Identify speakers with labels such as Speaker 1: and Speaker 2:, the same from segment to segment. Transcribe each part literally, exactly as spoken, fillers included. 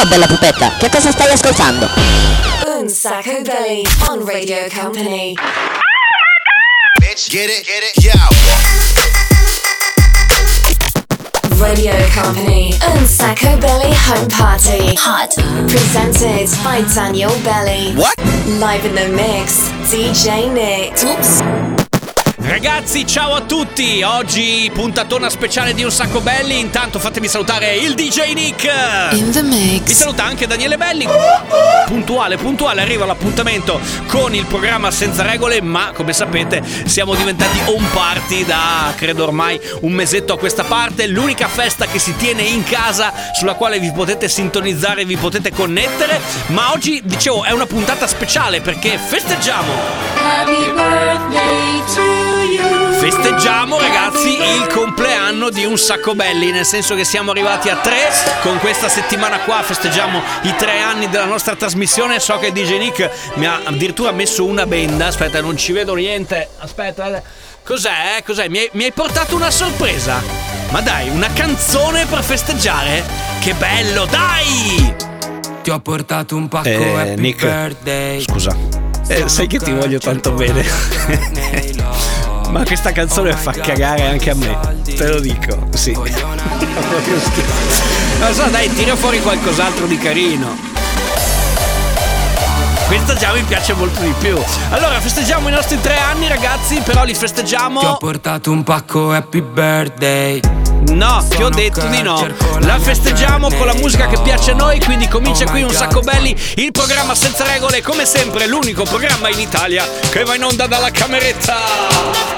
Speaker 1: Ciao bella pupetta, che cosa stai ascoltando?
Speaker 2: Un Sacco Belly on Radio Company.
Speaker 3: Bitch, get it, get it, yo.
Speaker 2: Radio Company Un Sacco Belly Home Party. Hot. Presented by Daniel Belly.
Speaker 3: What?
Speaker 2: Live in the mix, D J Nick. Oops.
Speaker 4: Ragazzi, ciao a tutti! Oggi puntatona speciale di Un Sacco Belli. Intanto fatemi salutare il D J Nick.
Speaker 2: In the mix.
Speaker 4: Vi saluta anche Daniele Belli. Puntuale, puntuale, arriva l'appuntamento con il programma Senza Regole. Ma come sapete siamo diventati home party da credo ormai un mesetto a questa parte. L'unica festa che si tiene in casa, sulla quale vi potete sintonizzare, vi potete connettere. Ma oggi, dicevo, è una puntata speciale perché festeggiamo
Speaker 2: Happy birthday to you.
Speaker 4: Festeggiamo, ragazzi, il compleanno di Un Sacco Belli, nel senso che siamo arrivati a tre. Con questa settimana qua festeggiamo i tre anni della nostra trasmissione. So che D J Nick mi ha addirittura messo una benda. Aspetta, non ci vedo niente. Aspetta, cos'è? Cos'è? Mi hai, mi hai portato una sorpresa? Ma dai, una canzone per festeggiare? Che bello, dai!
Speaker 5: Ti ho portato un pacco
Speaker 4: Eh,
Speaker 5: Happy
Speaker 4: Nick,
Speaker 5: Birthday.
Speaker 4: scusa, eh, sai che ti voglio tanto bene. Ma questa canzone fa cagare anche a me, te lo dico, sì. Non so, dai, tira fuori qualcos'altro di carino. Questa già mi piace molto di più. Allora, festeggiamo i nostri tre anni, ragazzi, però li festeggiamo.
Speaker 5: Ti ho portato un pacco Happy Birthday.
Speaker 4: No, ti ho detto di no. La festeggiamo con la musica che piace a noi. Quindi comincia qui Un Sacco Belli, il programma senza regole, come sempre l'unico programma in Italia che va in onda dalla cameretta.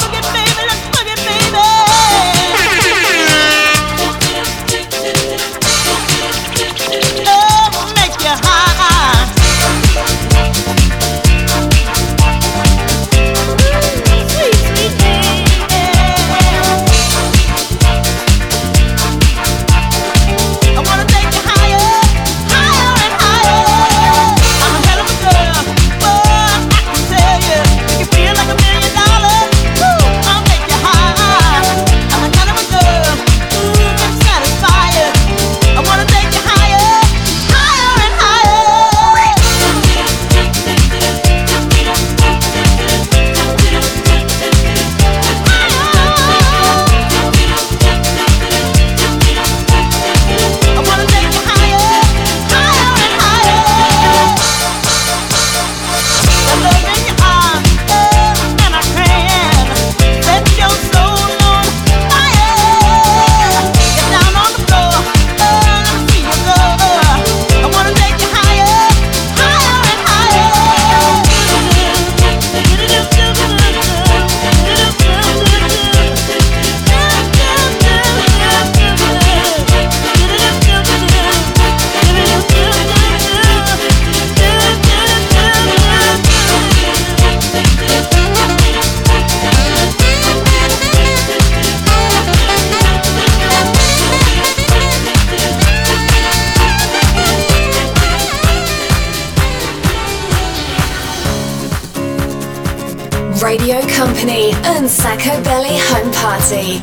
Speaker 2: Radio Company Un Sacco Belly Home Party.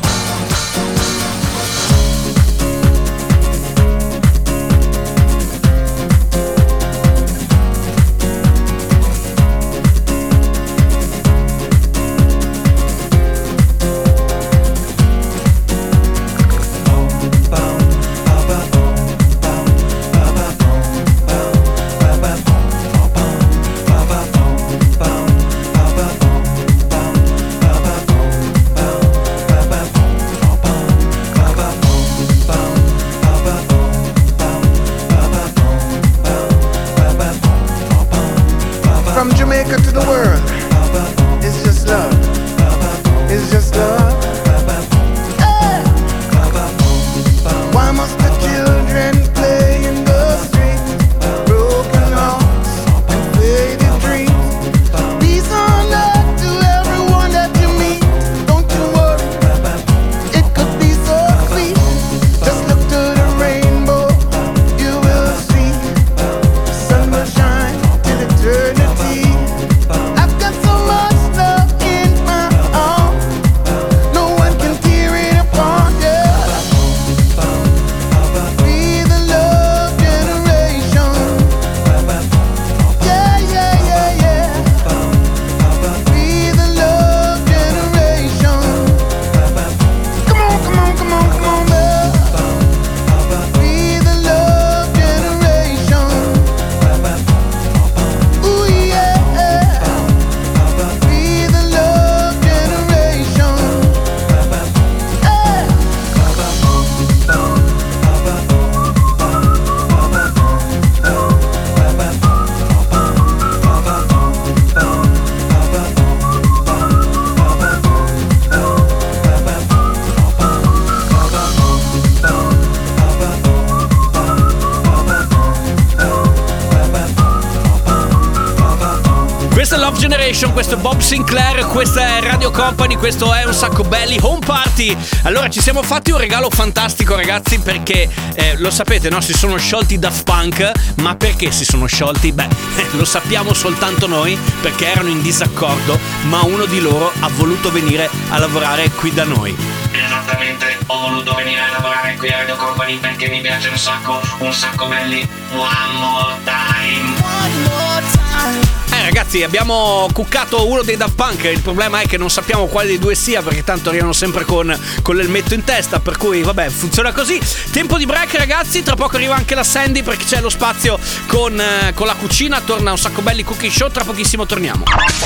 Speaker 4: Generation, questo è Bob Sinclair, questa è Radio Company, questo è Un Sacco Belli Home Party. Allora ci siamo fatti un regalo fantastico, ragazzi, perché eh, lo sapete, no? Si sono sciolti i Daft Punk. Ma perché si sono sciolti? Beh, lo sappiamo soltanto noi, perché erano in disaccordo, ma uno di loro ha voluto venire a lavorare qui da noi.
Speaker 6: Esattamente, ho voluto venire a lavorare qui a Radio Company perché mi piace un sacco, un sacco belli. One more time. One more time.
Speaker 4: Eh ragazzi, abbiamo cuccato uno dei Daft Punk. Il problema è che non sappiamo quale dei due sia, perché tanto arrivano sempre con, con l'elmetto in testa. Per cui vabbè, funziona così. Tempo di break, ragazzi. Tra poco arriva anche la Sandy, perché c'è lo spazio con, eh, con la cucina. Torna Un Sacco Belli Cooking Show. Tra pochissimo torniamo.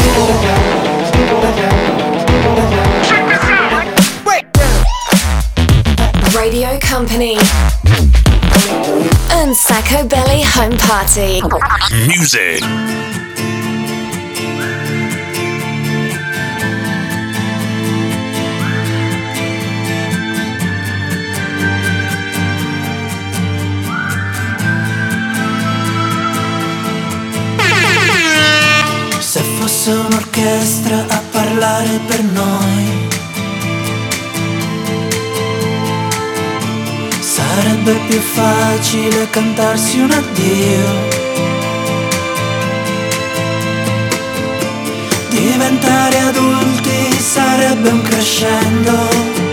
Speaker 2: Radio Company. Un Sacco Belly Home Party.
Speaker 3: Music.
Speaker 7: Se fosse un'orchestra a parlare per noi, sarebbe più facile cantarsi un addio. Diventare adulti sarebbe un crescendo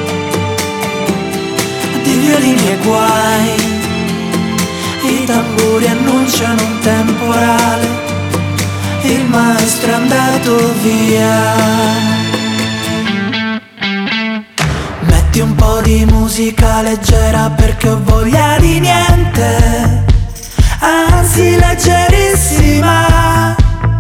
Speaker 7: di violini e guai. I tamburi annunciano un temporale. Il maestro è andato via. Metti un po' di musica leggera perché ho voglia di niente, anzi leggerissima.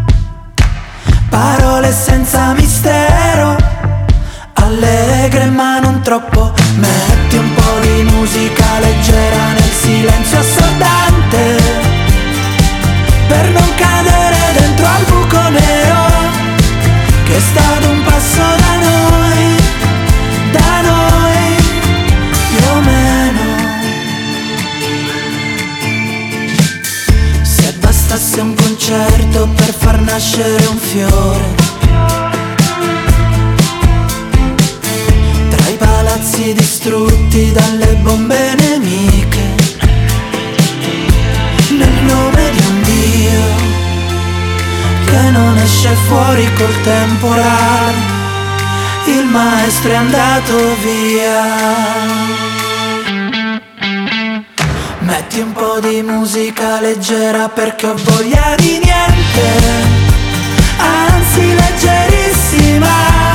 Speaker 7: Parole senza mistero, allegre ma non troppo. Metti un po' di musica leggera nel silenzio assordante, per non cadere dentro al buco nero che sta ad un passo da noi, da noi, più o meno. Se bastasse un concerto per far nascere un fiore, tra i palazzi distrutti dalle bombe nemiche, nel nome di un Dio che non esce fuori col temporale, il maestro è andato via. Metti un po' di musica leggera perché ho voglia di niente, anzi leggerissima.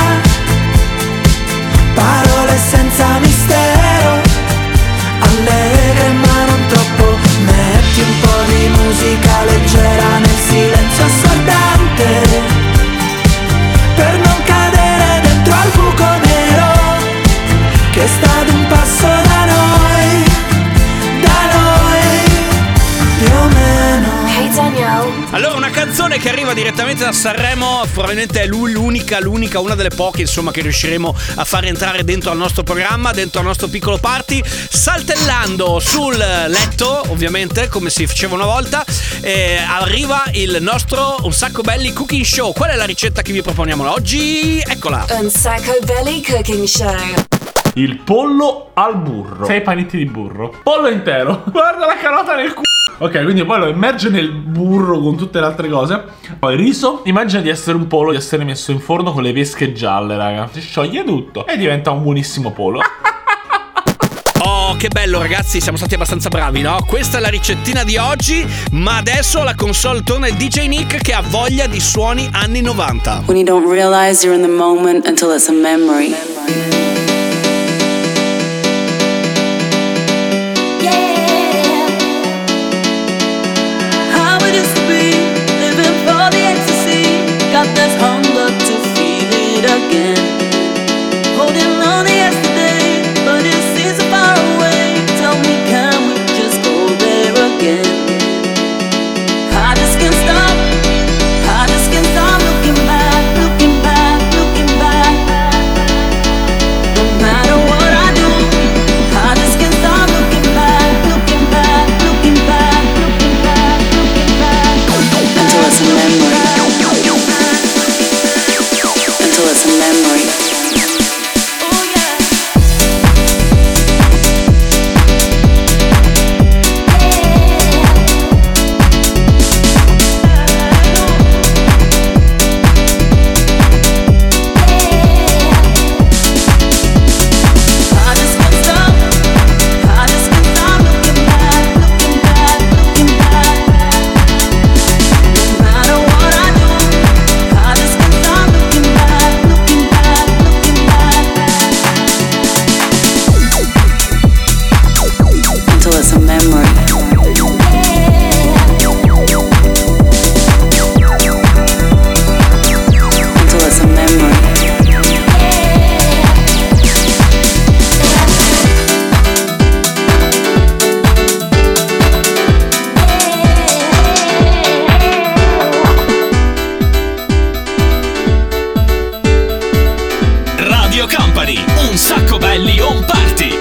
Speaker 7: Parole senza mistero, allegre ma non troppo. Metti un po' di musica leggera nel silenzio assordante, per non cadere dentro al buco nero che sta ad un passo da noi, da noi, più o meno.
Speaker 2: Hey Daniel.
Speaker 4: Allora, una canzone che arriva direttamente da Sanremo, probabilmente è lui l'unica, l'unica, una delle poche, insomma, che riusciremo a far entrare dentro al nostro programma, dentro al nostro piccolo party, saltellando sul letto, ovviamente, come si faceva una volta. Eh, arriva il nostro Un Sacco Belli Cooking Show. Qual è la ricetta che vi proponiamo oggi? Eccola.
Speaker 2: Un Sacco Belly Cooking Show.
Speaker 8: Il pollo al burro. sei panetti di burro. Pollo intero. Guarda la carota nel culo. Ok, quindi poi lo immerge nel burro con tutte le altre cose. Poi riso. Immagina di essere un pollo, di essere messo in forno con le pesche gialle, raga. Si scioglie tutto e diventa un buonissimo pollo.
Speaker 4: Oh, che bello, ragazzi, siamo stati abbastanza bravi, no? Questa è la ricettina di oggi, ma adesso alla console torna il D J Nick che ha voglia di suoni anni novanta.
Speaker 9: When you don't realize you're in the moment until it's a memory.
Speaker 10: sacco belli Home Party.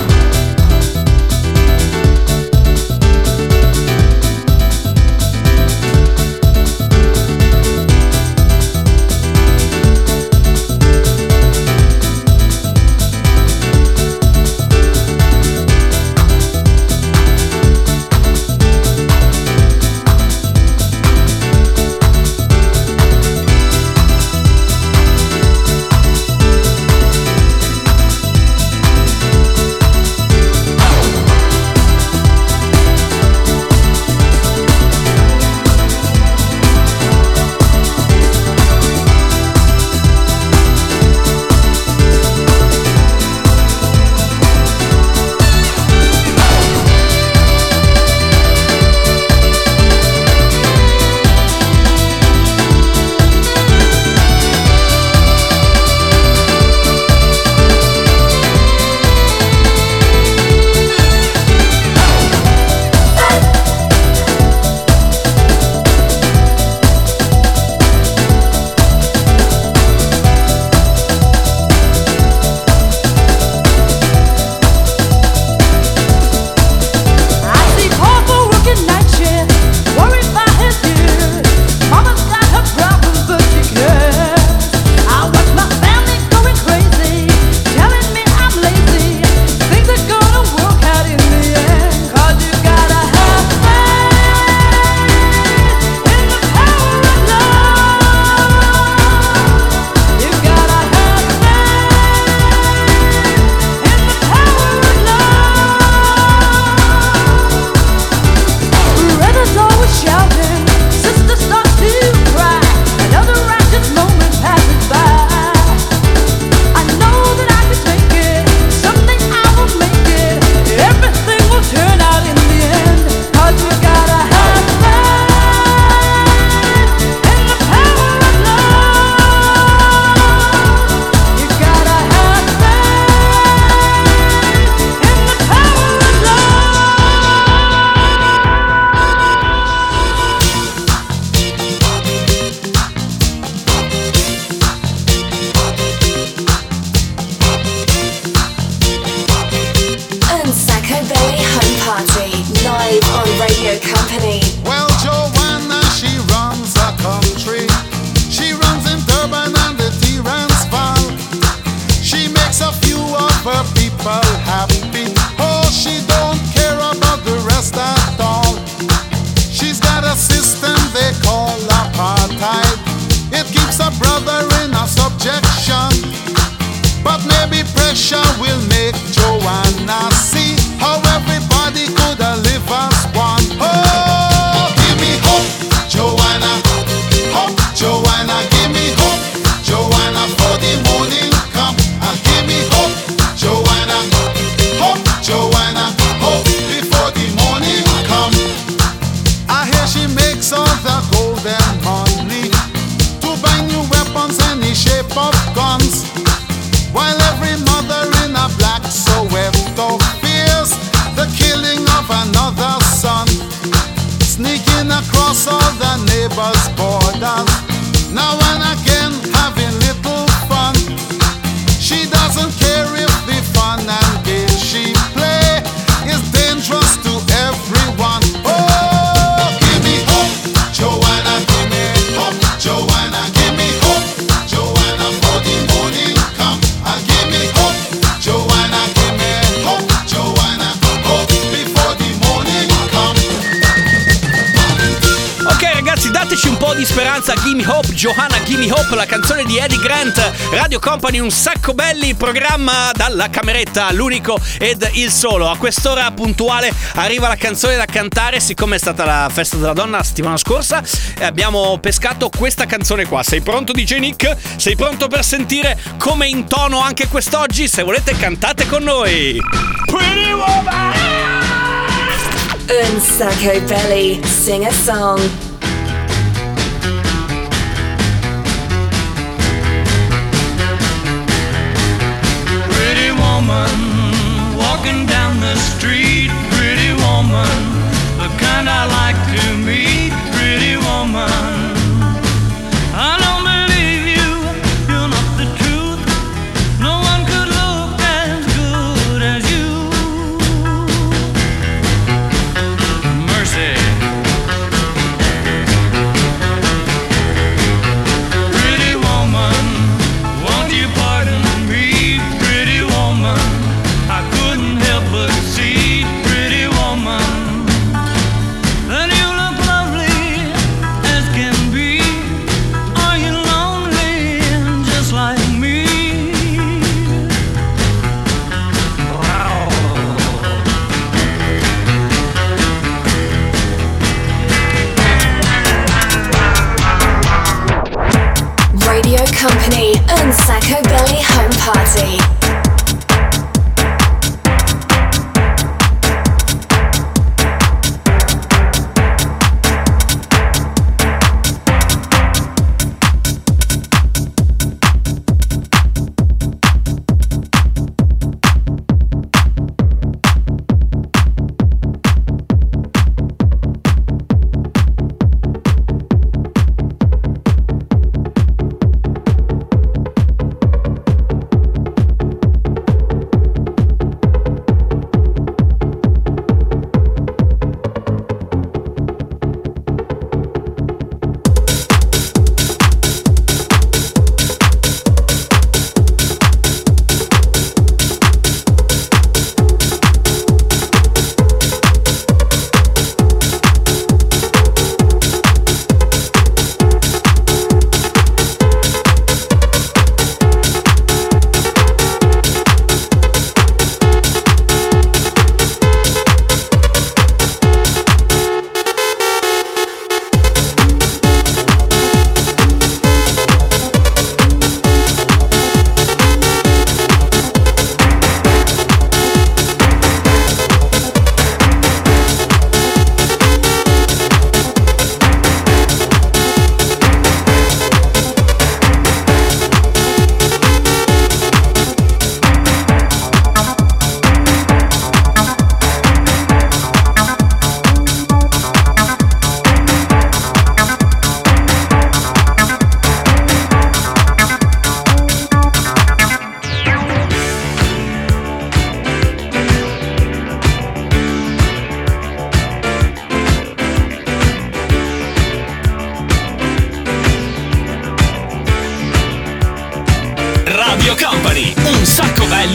Speaker 4: Gimme Hope, Johanna Gimme Hope, la canzone di Eddie Grant. Radio Company, un sacco belli, programma dalla cameretta, l'unico ed il solo. A quest'ora puntuale arriva la canzone da cantare. Siccome è stata la festa della donna la settimana scorsa, abbiamo pescato questa canzone qua. Sei pronto D J Nick? Sei pronto per sentire come intono anche quest'oggi? Se volete cantate con noi. Pretty Woman!
Speaker 2: Un sacco belly, sing a song.
Speaker 11: Walking down the street, pretty woman, the kind I like to meet, pretty woman. I don't believe you, you're not the truth. No one could look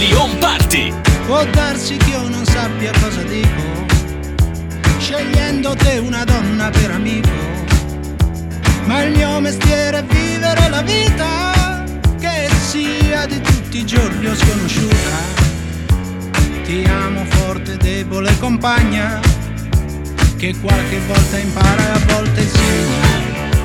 Speaker 10: Lion Party.
Speaker 12: Può darsi che io non sappia cosa dico, scegliendo te una donna per amico, ma il mio mestiere è vivere la vita, che sia di tutti i giorni o sconosciuta. Ti amo forte, debole compagna, che qualche volta impara e a volte insegna.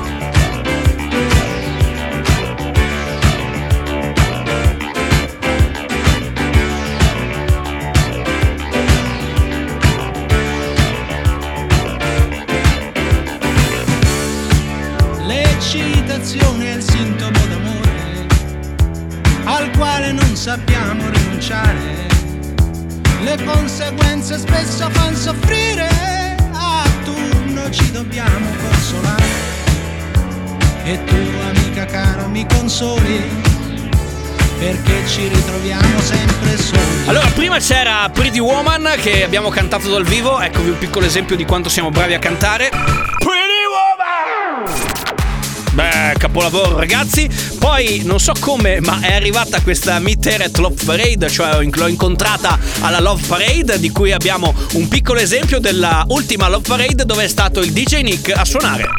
Speaker 12: L'eccitazione è il sintomo d'amore al quale non sappiamo rinunciare. Le conseguenze spesso fanno soffrire, a turno ci dobbiamo consolare. E tu, amica cara, mi consoli, perché ci ritroviamo sempre soli.
Speaker 4: Allora, prima c'era Pretty Woman che abbiamo cantato dal vivo. Eccovi un piccolo esempio di quanto siamo bravi a cantare. Pretty Woman! Beh, capolavoro ragazzi. Poi non so come, ma è arrivata questa Meet Her at Love Parade, cioè l'ho incontrata alla Love Parade, di cui abbiamo un piccolo esempio della ultima Love Parade dove è stato il D J Nick a suonare.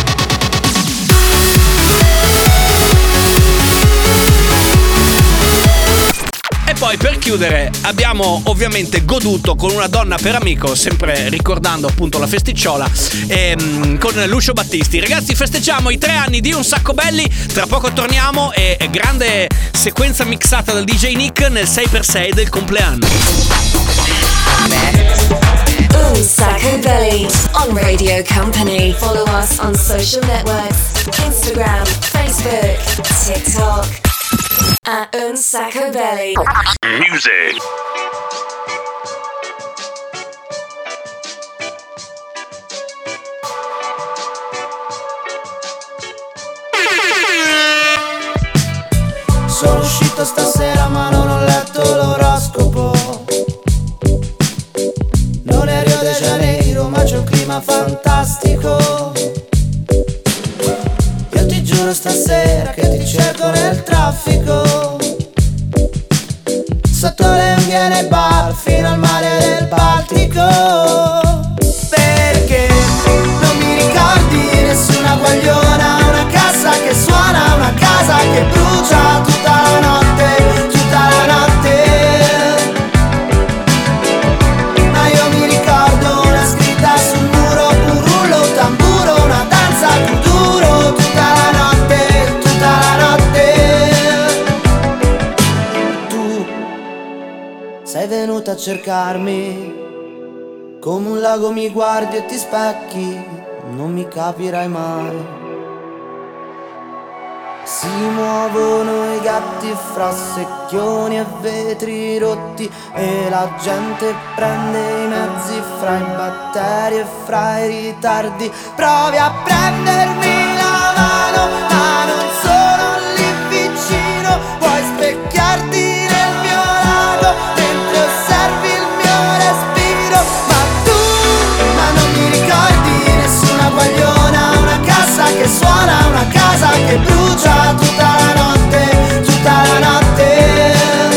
Speaker 4: E poi per chiudere abbiamo ovviamente goduto con una donna per amico, sempre ricordando appunto la festicciola, ehm, con Lucio Battisti. Ragazzi, festeggiamo i tre anni di Un Sacco Belli, tra poco torniamo e grande sequenza mixata dal D J Nick nel sei per sei del compleanno.
Speaker 2: Un Sacco Belly on Radio Company. Follow us on social networks, Instagram, Facebook, TikTok. At Un Sacco Belly.
Speaker 10: Music.
Speaker 7: Sono uscito stasera ma non ho letto l'oroscopo. Non è Rio de Janeiro ma c'è un clima fantastico. Io ti giuro stasera che ti cerco nel traffico, sotto le unghie nei bar fino al mare del Baltico. Perché non mi ricordi nessuna guagliona, una casa che suona, una casa che brucia tutta la notte, tutta la notte. Ma io mi ricordo una scritta sul muro, un rullo, un tamburo, una danza kuduro, tutta la notte, tutta la notte. Tu sei venuta a cercarmi, come un lago mi guardi e ti specchi, non mi capirai mai. Si muovono i gatti fra secchioni e vetri rotti, e la gente prende i mezzi fra i batteri e fra i ritardi. Provi a prendermi la mano, ma non sono lì vicino. Puoi specchiarti nel mio lago mentre osservi il mio respiro. Ma tu, ma non mi ricordi nessuna guagliona, una casa che suona, una casa che brucia tutta la notte, tutta la notte.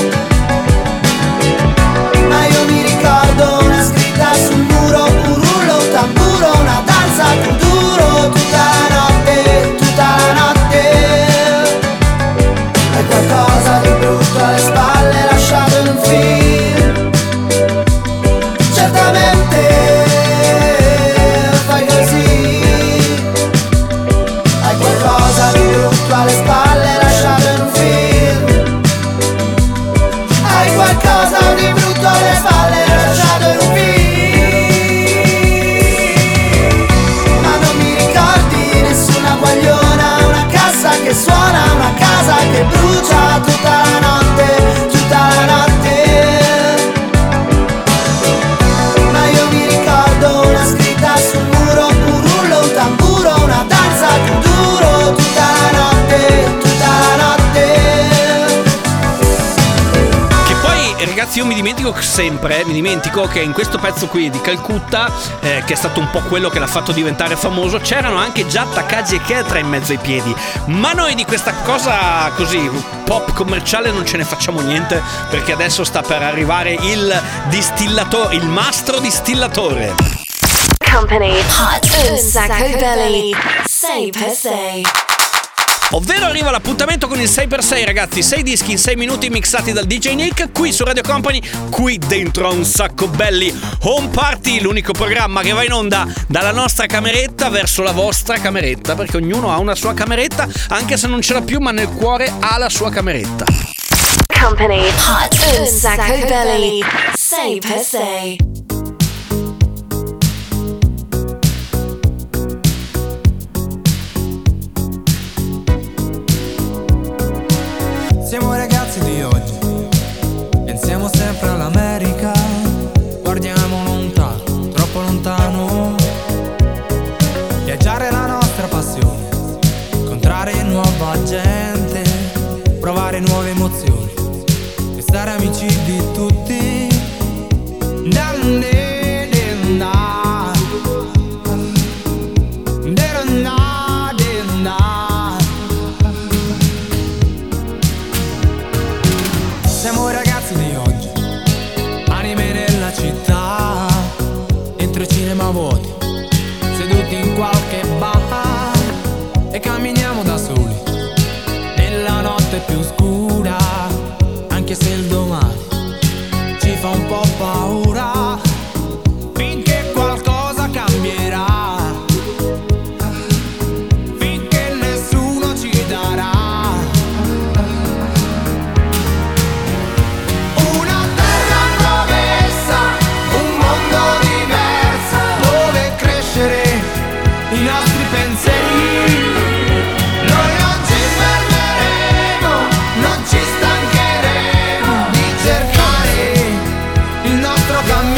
Speaker 7: Ma io mi ricordo una scritta sul muro, un rullo, un tamburo, una danza kuduro, tutta la notte, tutta la notte. È qualcosa di brutto alle spalle lasciato in un film. Certamente fai così. Hai qualcosa di brutto alle spalle lasciato in un film. Hai qualcosa di brutto alle spalle lasciato in un film. Ma non mi ricordi nessuna guagliona, una casa che suona, una casa che brucia tutta la notte, tutta la notte. Ma io mi ricordo una scritta sul muro, un rullo, un tamburo, una danza kuduro, tutta la notte, tutta la notte.
Speaker 4: Che poi ragazzi, io mi dimentico sempre, mi dimentico che in questo pezzo qui di Calcutta, eh, che è stato un po' quello che l'ha fatto diventare famoso, c'erano anche già Takagi e Ketra in mezzo ai piedi. Ma noi di questa cosa così pop commerciale non ce ne facciamo niente, perché adesso sta per arrivare il distillatore, il mastro distillatore.
Speaker 2: Company Hot un sacco belli sei per sei.
Speaker 4: Ovvero arriva l'appuntamento con il sei per sei, ragazzi. sei dischi in sei minuti mixati dal D J Nick, qui su Radio Company, qui dentro a Un Sacco Belli Home Party, l'unico programma che va in onda dalla nostra cameretta verso la vostra cameretta, perché ognuno ha una sua cameretta, anche se non ce l'ha più, ma nel cuore ha la sua cameretta.
Speaker 2: Company Hot un sacco belli sei per sei.
Speaker 13: Siamo ragazzi di oggi, pensiamo sempre all'America, guardiamo lontano, troppo lontano. Viaggiare è la nostra passione, incontrare nuova gente, provare nuove emozioni e stare amici di tutti. Siamo ragazzi di oggi, anime nella città, entro cinema vuoti, seduti in qualche bar e camminiamo da soli nella notte più scura, anche se il domani ci fa un po' paura, finché qualcosa cambierà, finché nessuno ci darà una terra promessa, un mondo diverso dove crescere i nostri pensieri. Noi non ci fermeremo, non ci stancheremo di cercare il nostro cammino.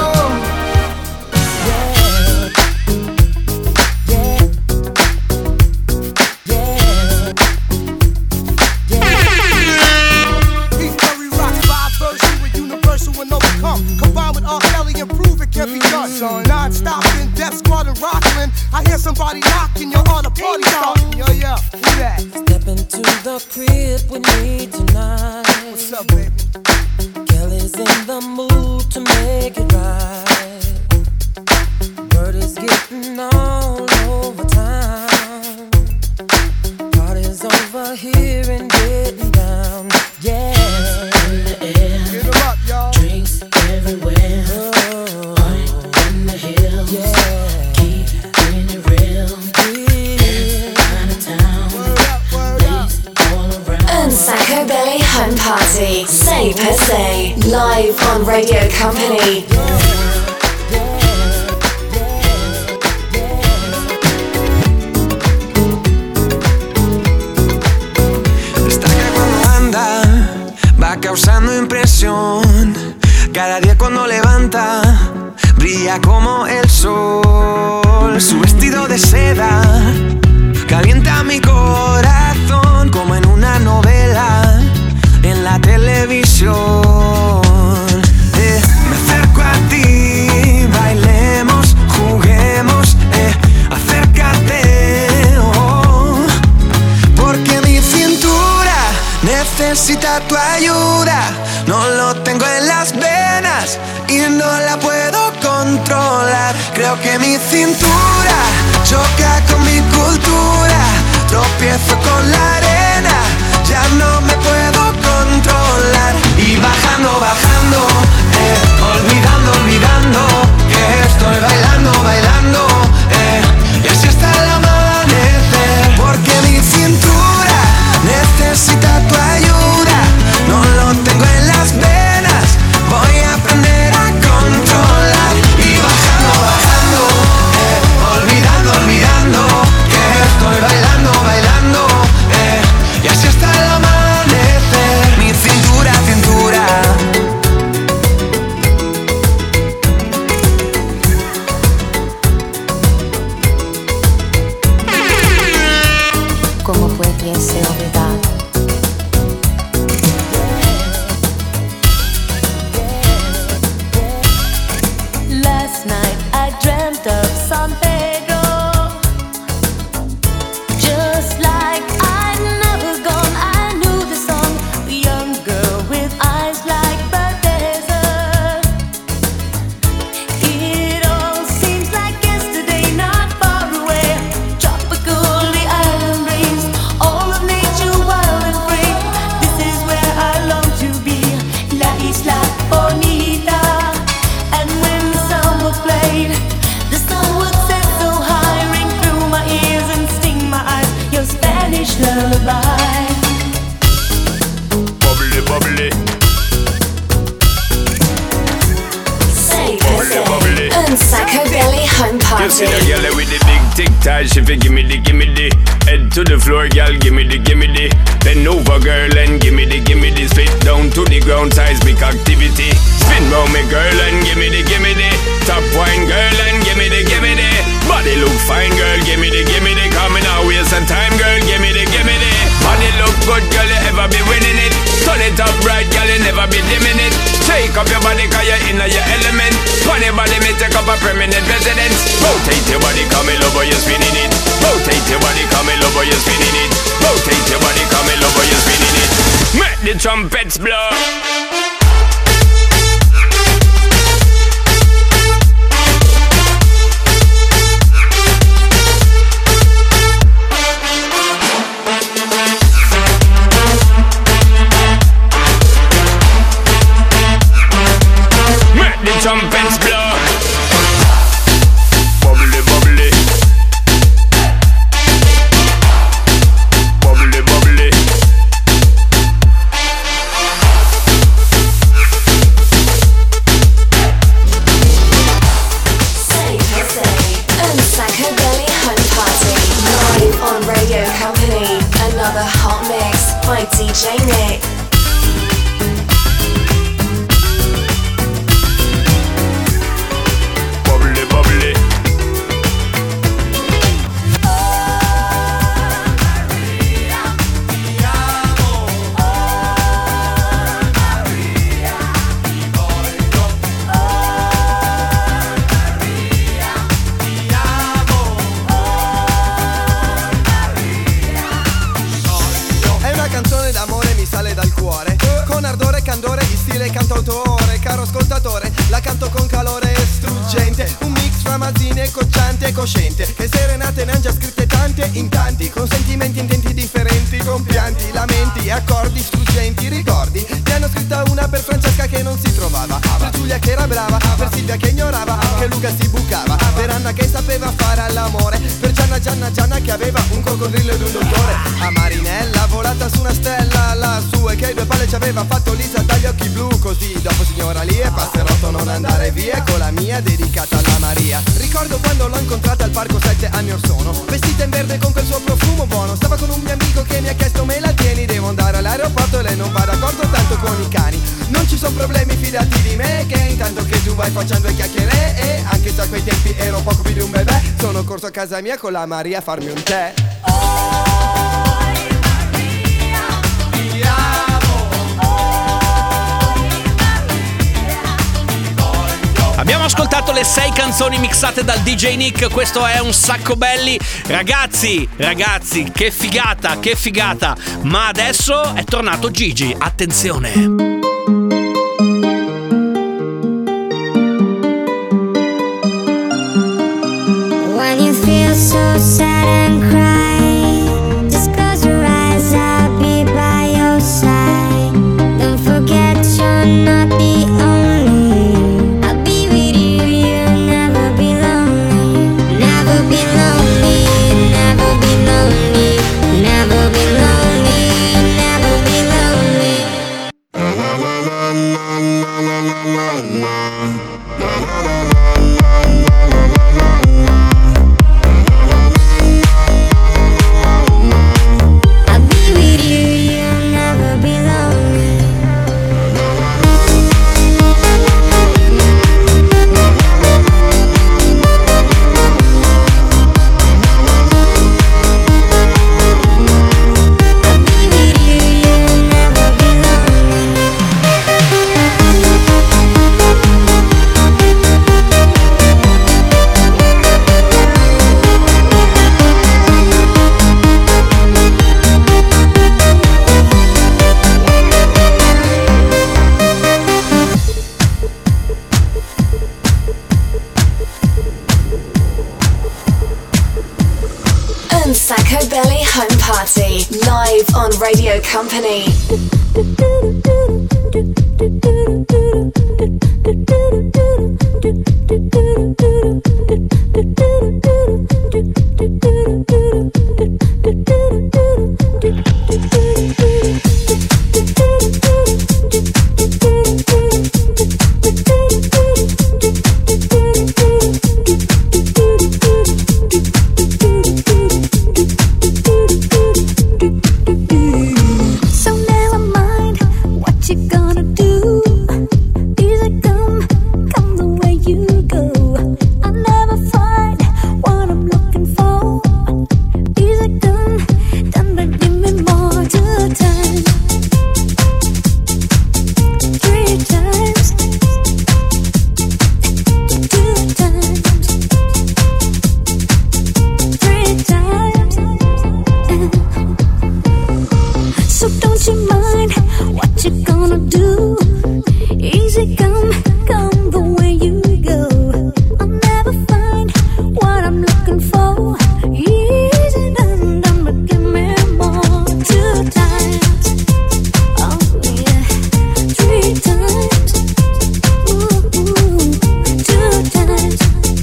Speaker 14: Each Curry rock vibe version with universal and overcome. Combined with R. Kelly and prove it can be done. So non-stop in Death Squad and Rockland. I hear somebody knocking, you're on a party starting. Yo, yo, who that?
Speaker 15: Step into the crib with me tonight.
Speaker 14: What's up, baby?
Speaker 15: Kelly's in the mood to make it right. Word is getting all over town. Party's over here and getting down. Yeah. In the air.
Speaker 14: Get 'em up, y'all.
Speaker 15: Drinks everywhere. Oh. In the hills. Yeah. Keep it real. Yeah. Out of town.
Speaker 14: Word up, word up.
Speaker 15: All around.
Speaker 2: Un sacco belli home party sei per sei live on Radio Company.
Speaker 13: Destaca cuando anda, va causando impresión. Cada día cuando levanta, brilla como el sol. Su vestido de seda calienta mi corazón como en una novela en la televisión. Eh, me acerco a ti, bailemos, juguemos, eh, acércate, oh, porque mi cintura necesita tu ayuda. No lo tengo en las venas y no la puedo controlar. Creo que mi cintura choca con mi cultura. Tropiezo con la arena, ya no me puedo controlar. Y bajando, bajando, eh, olvidando, olvidando que estoy bailando, bailando, eh, y así hasta el amanecer. Porque mi cintura necesita tu ayuda. No lo tengo en las venas, voy a aprender a controlar. Y bajando, bajando, eh, olvidando, olvidando que estoy bailando, bailando, eh, y así hasta el amanecer. Mi cintura, cintura
Speaker 2: party.
Speaker 16: You see the girl with the big tic tac, she fi gimme the, gimme the. Head to the floor, girl, gimme the, gimme the. Bend over, girl, and gimme the, gimme the. Spit down to the ground, seismic activity. Spin round me, girl, and gimme the, gimme the. Top wine, girl, and gimme the, gimme the. Body look fine, girl, gimme the, gimme the. Coming out, waste some time, girl, gimme the, gimme the. Body look good, girl, you ever be winning it. Turn it up right, girl, you never be dimming it. Shake up your body, cause you're in your element. Funny body, me take up a permanent residence. Rotate your body, come in love, you're spinning it. Rotate your body, come in love, you're spinning it. Rotate your body, come in love, you're spinning it. Make the trumpets blow. Trumpets blow. Bubbly, bubbly. Bubbly, bubbly.
Speaker 2: Say Jose and Sacco Belly Home Party live on Radio Company. Another hot mix by D J Nick.
Speaker 17: Cantautore, caro ascoltatore, la canto con calore struggente. Un mix fra mazzine, cocciante e cosciente. Che serenate ne han già scritte tante in tanti, con sentimenti intenti differenti, con pianti, lamenti, accordi struggenti, ricordi. Ne hanno scritta una per Francesca che non si trovava, per Giulia che era brava, per Silvia che ignorava, che Luca si bucava, per Anna che sapeva fare all'amore, per Gianna Gianna Gianna che aveva un coccodrillo ed un dottore. A Marinella volata su una stella lassù e che due palle ci aveva fatto Lisa dagli occhi blu. Così dopo signora lì e passerotto non andare via, con la mia dedicata alla Maria. Ricordo quando l'ho incontrata al parco sette anni or sono, vestita in verde con quel suo profumo buono. Stava con un mio amico che mi ha chiesto me la tieni, devo andare all'aeroporto e lei non va d'accordo tanto con i cani. Non ci sono problemi, fidati di me, che intanto che tu vai facendo le chiacchiere. E anche se a quei tempi ero poco più di un bebè, sono corso a casa mia con la Maria a farmi un tè.
Speaker 4: Abbiamo ascoltato le sei canzoni mixate dal D J Nick, questo è un sacco belli. Ragazzi, ragazzi, che figata, che figata. Ma adesso è tornato Gigi, attenzione.
Speaker 18: When you feel so sad and cry, just close your eyes, I'll be by your side. Don't forget you're not the only.
Speaker 2: Sacco Belly Home Party, live on Radio Company.
Speaker 18: times, two times, three times. So don't you mind what you gonna do? Easy come, come the way you go. I'll never find what I'm looking for. Easy done, done, but give me more. Two times, oh yeah, three times, ooh, ooh. Two times,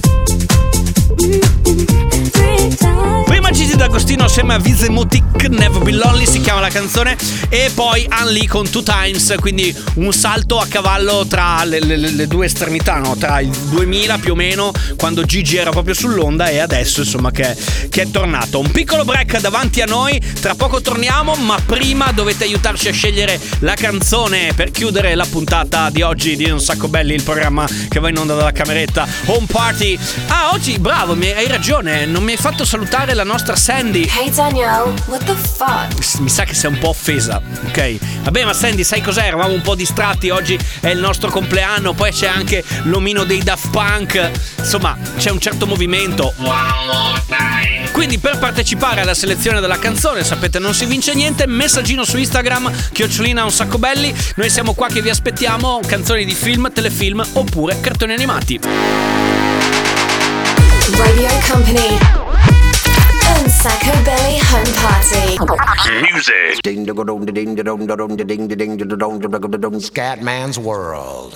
Speaker 18: mm-mm. Three times.
Speaker 4: Prima Gigi D'Agostino assieme a Vizemutic, Never Be Lonely si chiama la canzone, e poi Anli con Two Times, quindi un salto a cavallo tra le, le, le due estremità, no? Tra il duemila più o meno, quando Gigi era proprio sull'onda, e adesso insomma che, che è tornato. Un piccolo break davanti a noi, tra poco torniamo, ma prima dovete aiutarci a scegliere la canzone per chiudere la puntata di oggi di Un Sacco Belli, il programma che va in onda dalla cameretta Home Party. Ah, oggi, bravo, mi, hai ragione, non mi hai fatto salutare la nostra Sandy.
Speaker 2: Hey Danielle, what the fuck?
Speaker 4: Mi sa che sei un po' offesa, ok? Vabbè, ma Sandy, sai cos'è? Eravamo un po' distratti, oggi è il nostro compleanno, poi c'è anche l'omino dei Daft Punk, insomma c'è un certo movimento. Quindi per partecipare alla selezione della canzone, sapete, non si vince niente, messaggino su Instagram, chiocciolina Un Sacco Belli, noi siamo qua che vi aspettiamo, canzoni di film, telefilm oppure cartoni animati.
Speaker 2: Radio Company. Un Sacco Belly Home Party.
Speaker 10: Music.
Speaker 3: Scatman's World.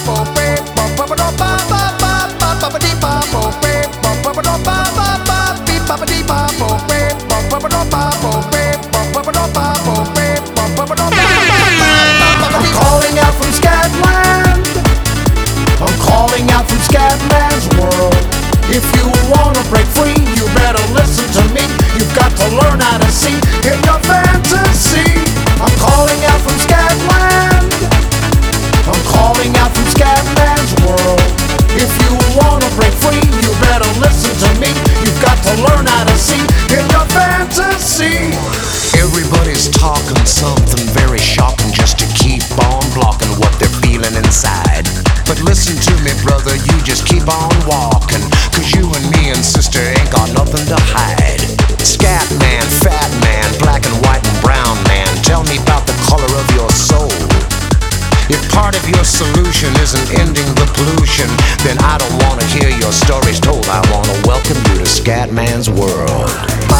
Speaker 14: I'm calling out from Scatland. I'm calling out from Scatman's World. If you wanna break free, you better listen to me. You've got to learn how to see in your fantasy. I'm calling out from Scatland. I'm calling out from Scatman's World. If you wanna break free, you better listen to me. You've got to learn how to see in your fantasy.
Speaker 3: Everybody's talking something very shocking just to keep on blocking what they're feeling inside. But listen to me, brother, you just keep on walking, cause you and me and sister ain't got nothing to hide. Scat man, fat man, black and white and brown man, tell me about the color of your soul. If part of your solution isn't ending the pollution, then I don't wanna hear your stories told. I wanna welcome you to Scatman's World.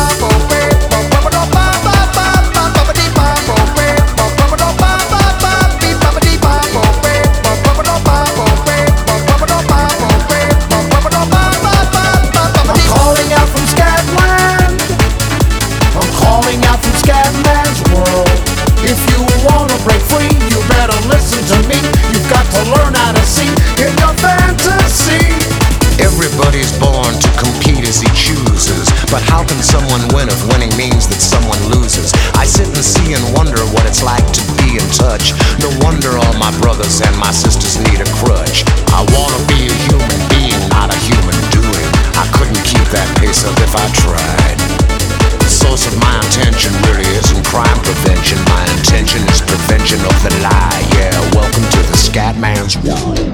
Speaker 14: Scatman's World. If you wanna break free, you better listen to me. You've got to learn how to see in your fantasy.
Speaker 3: Everybody's born to compete as he chooses, but how can someone win if winning means that someone loses? I sit and see and wonder what it's like to be in touch. No wonder all my brothers and my sisters need a crutch. I wanna be a human being, not a human doing. I couldn't keep that pace up if I tried. The source of my intention really isn't crime prevention. My intention is prevention of the lie. Yeah, welcome to the Scatman's World.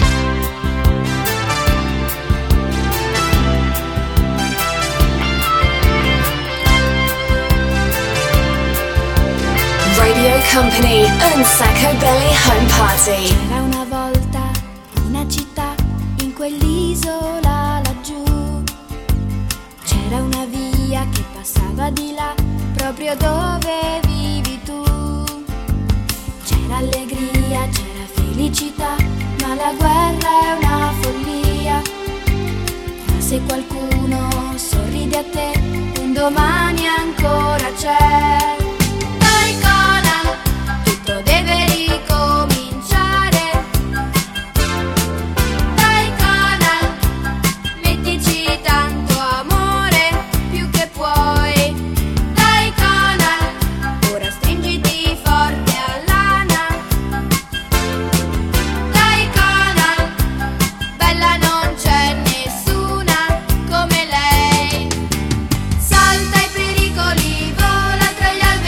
Speaker 2: Radio Company, Un Sacco Belly Home Party.
Speaker 18: C'era una volta una città in quell'isola laggiù. C'era una via che passava di là, proprio dove vivi tu. C'era allegria, c'era felicità, ma la guerra è una follia. Ma se qualcuno sorride a te, un domani ancora c'è. Dai Conan, tutto deve ricominciare. Dai Conan, mettici tanto amore, più che puoi. Dai Conan, ora stringiti forte all'ana. Dai Conan, bella non c'è nessuna come lei. Salta i pericoli, vola tra gli alberi.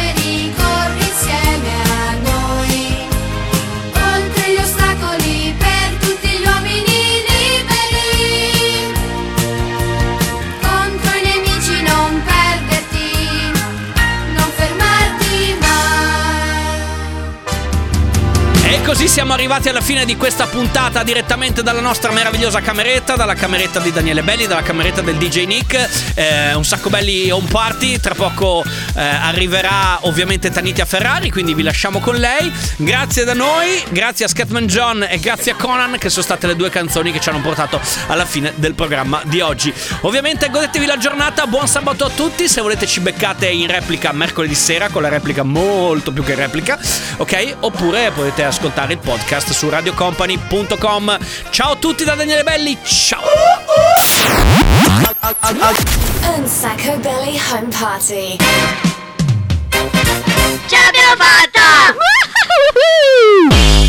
Speaker 4: siamo arrivati alla fine di questa puntata direttamente dalla nostra meravigliosa cameretta, dalla cameretta di Daniele Belli, dalla cameretta del D J Nick. eh, Un sacco belli home party. Tra poco eh, arriverà ovviamente Tanitia Ferrari, quindi vi lasciamo con lei. Grazie da noi, grazie a Scatman John e grazie a Conan, che sono state le due canzoni che ci hanno portato alla fine del programma di oggi. Ovviamente godetevi la giornata, buon sabato a tutti. Se volete ci beccate in replica mercoledì sera, con la replica molto più che replica, ok? Oppure potete ascoltare il podcast su radio company punto com. Ciao a tutti da Daniele Belli, ciao!
Speaker 2: Un Sacco Belly Home Party.
Speaker 18: Ce l'abbiamo fatta!